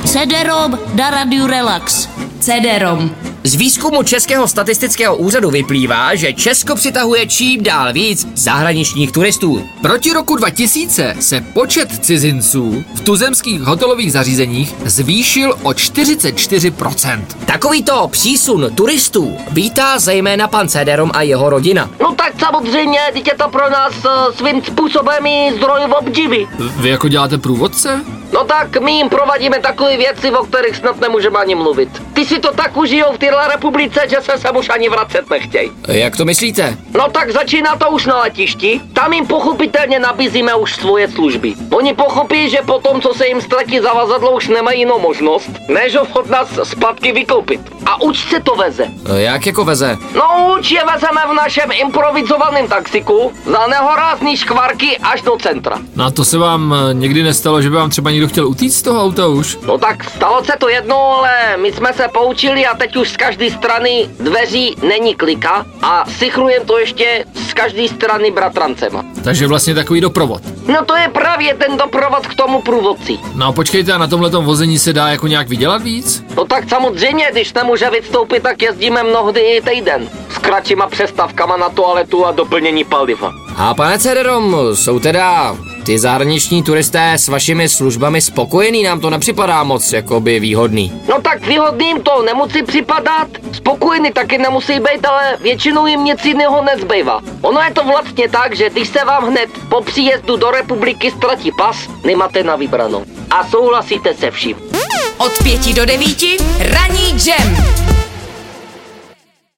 CD-ROM na Radiu Relax. CD-ROM. Z výzkumu Českého statistického úřadu vyplývá, že Česko přitahuje čím dál víc zahraničních turistů. Proti roku 2000 se počet cizinců v tuzemských hotelových zařízeních zvýšil o 44%. Takovýto přísun turistů vítá zejména pan CD-ROM a jeho rodina. No tak samozřejmě, teď je to pro nás svým způsobem i zdroj obdivy. Vy jako děláte průvodce? No tak my jim provadíme takové věci, o kterých snad nemůžeme ani mluvit. Ty si to tak užijou v téhle republice, že se sem už ani vracet nechtějí. Jak to myslíte? No tak začíná to už na letišti. Tam jim pochopitelně nabízíme už svoje služby. Oni pochopí, že po tom, co se jim ztratí zavazadlo, už nemají jinou možnost, než ho od nás zpátky vykoupit. A uč se to veze. Jak jako veze? No uč je vezeme v našem improvizovaném taxiku za nehorázný škvarky až do centra. No a to se vám někdy nestalo, že by vám třeba někdo chtěl utíct z toho auta už? No tak stalo se to jednou, ale my jsme se poučili a teď už z každé strany dveří není klika a sichrujem to ještě z každé strany bratrancema. Takže vlastně takový doprovod. No to je právě ten doprovod k tomu průvodci. No počkejte, a na tomhletom vození se dá jako nějak vydělat víc? No tak samozřejmě, když nemůže vystoupit, tak jezdíme mnohdy i týden. S kratšíma přestávkama na toaletu a doplnění paliva. A pane CD-ROM, jsou teda ty zahraniční turisté s vašimi službami spokojení? Nám to nepřipadá moc jakoby výhodný. No tak výhodným to nemusí připadat, spokojený taky nemusí být, ale většinou jim nic jiného nezbývá. Ono je to vlastně tak, že když se vám hned po příjezdu do republiky ztratí pas, nemáte na vybranou. A souhlasíte se vším. Od 5 do 9 ranní džem.